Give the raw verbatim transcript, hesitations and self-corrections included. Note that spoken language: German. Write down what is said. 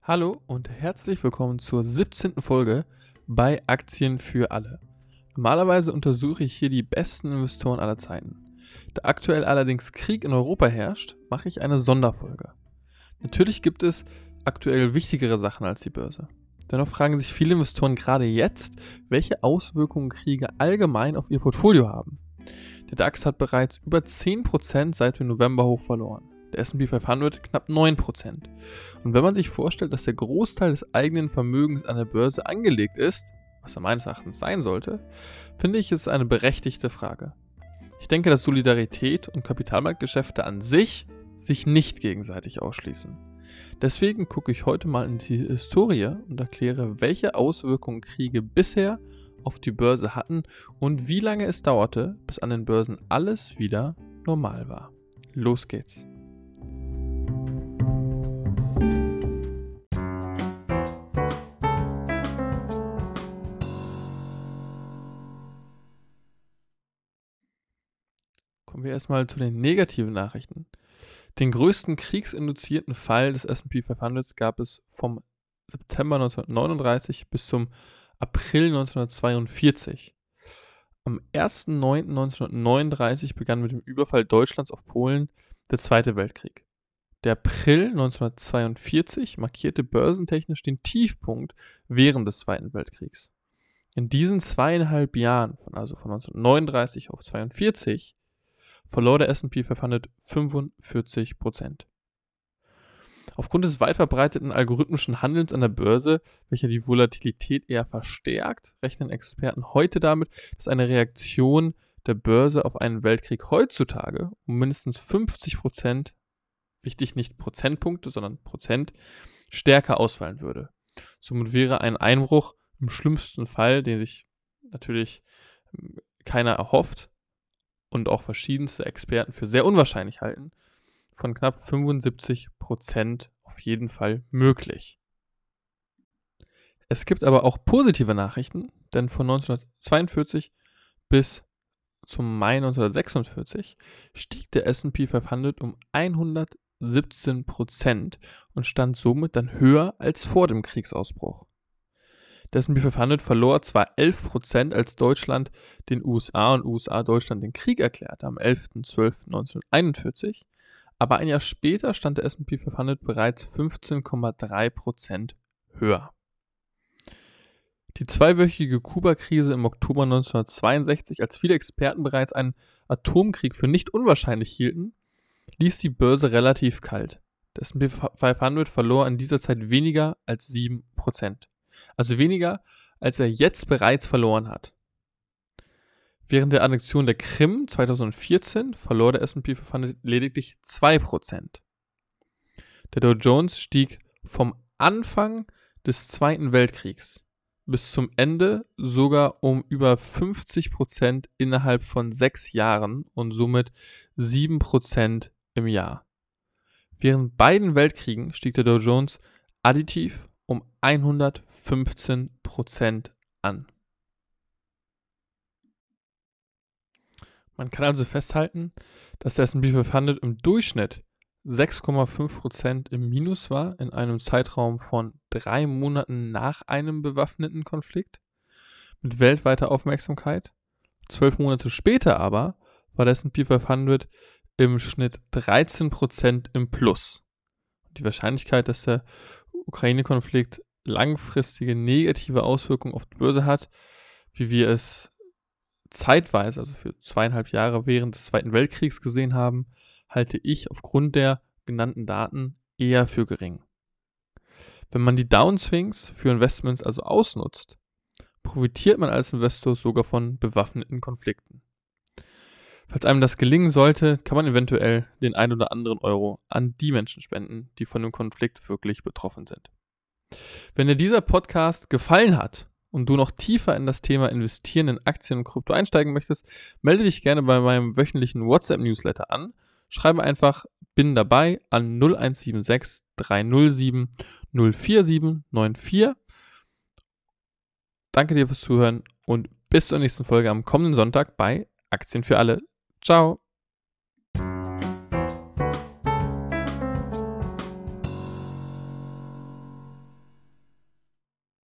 Hallo und herzlich willkommen zur siebzehnten Folge bei Aktien für alle. Normalerweise untersuche ich hier die besten Investoren aller Zeiten. Da aktuell allerdings Krieg in Europa herrscht, mache ich eine Sonderfolge. Natürlich gibt es aktuell wichtigere Sachen als die Börse. Dennoch fragen sich viele Investoren gerade jetzt, welche Auswirkungen Kriege allgemein auf ihr Portfolio haben. Der DAX hat bereits über zehn Prozent seit dem November hoch verloren. Der S und P fünfhundert knapp neun Prozent. Und wenn man sich vorstellt, dass der Großteil des eigenen Vermögens an der Börse angelegt ist, was er meines Erachtens sein sollte, finde ich es eine berechtigte Frage. Ich denke, dass Solidarität und Kapitalmarktgeschäfte an sich sich nicht gegenseitig ausschließen. Deswegen gucke ich heute mal in die Historie und erkläre, welche Auswirkungen Kriege bisher auf die Börse hatten und wie lange es dauerte, bis an den Börsen alles wieder normal war. Los geht's! Kommen wir erstmal zu den negativen Nachrichten. Den größten kriegsinduzierten Fall des S und P fünfhundert gab es vom September neunzehnhundertneununddreißig bis zum April neunzehnhundertzweiundvierzig. Am ersten neunten neunzehnhundertneununddreißig begann mit dem Überfall Deutschlands auf Polen der Zweite Weltkrieg. Der April neunzehnhundertzweiundvierzig markierte börsentechnisch den Tiefpunkt während des Zweiten Weltkriegs. In diesen zweieinhalb Jahren, von, also von neunzehnhundertneununddreißig auf zweiundvierzig, verlor der S und P fünfhundert fünfundvierzig Prozent. Aufgrund des weit verbreiteten algorithmischen Handelns an der Börse, welcher die Volatilität eher verstärkt, rechnen Experten heute damit, dass eine Reaktion der Börse auf einen Weltkrieg heutzutage um mindestens fünfzig Prozent, wichtig nicht Prozentpunkte, sondern Prozent, stärker ausfallen würde. Somit wäre ein Einbruch im schlimmsten Fall, den sich natürlich keiner erhofft, und auch verschiedenste Experten für sehr unwahrscheinlich halten, von knapp fünfundsiebzig Prozent auf jeden Fall möglich. Es gibt aber auch positive Nachrichten, denn von neunzehnhundertzweiundvierzig bis zum Mai neunzehnhundertsechsundvierzig stieg der S und P fünfhundert um hundertsiebzehn Prozent und stand somit dann höher als vor dem Kriegsausbruch. Der S und P fünfhundert verlor zwar elf Prozent, als Deutschland den U S A und U S A Deutschland den Krieg erklärte am elften zwölften neunzehnhunderteinundvierzig, aber ein Jahr später stand der S und P fünfhundert bereits fünfzehn Komma drei Prozent höher. Die zweiwöchige Kuba-Krise im Oktober neunzehnhundertzweiundsechzig, als viele Experten bereits einen Atomkrieg für nicht unwahrscheinlich hielten, ließ die Börse relativ kalt. Der S und P fünfhundert verlor in dieser Zeit weniger als sieben Prozent. Also weniger, als er jetzt bereits verloren hat. Während der Annexion der Krim zweitausendvierzehn verlor der S und P fünfhundert lediglich zwei Prozent. Der Dow Jones stieg vom Anfang des Zweiten Weltkriegs bis zum Ende sogar um über fünfzig Prozent innerhalb von sechs Jahren und somit sieben Prozent im Jahr. Während beiden Weltkriegen stieg der Dow Jones additiv um hundertfünfzehn Prozent an. Man kann also festhalten, dass der S und P fünfhundert im Durchschnitt sechs Komma fünf Prozent im Minus war in einem Zeitraum von drei Monaten nach einem bewaffneten Konflikt mit weltweiter Aufmerksamkeit. Zwölf Monate später aber war der S und P fünfhundert im Schnitt dreizehn Prozent im Plus. Die Wahrscheinlichkeit, dass der Ukraine-Konflikt langfristige negative Auswirkungen auf die Börse hat, wie wir es zeitweise, also für zweieinhalb Jahre während des Zweiten Weltkriegs gesehen haben, halte ich aufgrund der genannten Daten eher für gering. Wenn man die Downswings für Investments also ausnutzt, profitiert man als Investor sogar von bewaffneten Konflikten. Falls einem das gelingen sollte, kann man eventuell den ein oder anderen Euro an die Menschen spenden, die von dem Konflikt wirklich betroffen sind. Wenn dir dieser Podcast gefallen hat und du noch tiefer in das Thema Investieren in Aktien und Krypto einsteigen möchtest, melde dich gerne bei meinem wöchentlichen WhatsApp-Newsletter an. Schreibe einfach bin dabei an null eins sieben sechs drei null sieben null vier sieben neun vier. Danke dir fürs Zuhören und bis zur nächsten Folge am kommenden Sonntag bei Aktien für alle. Ciao!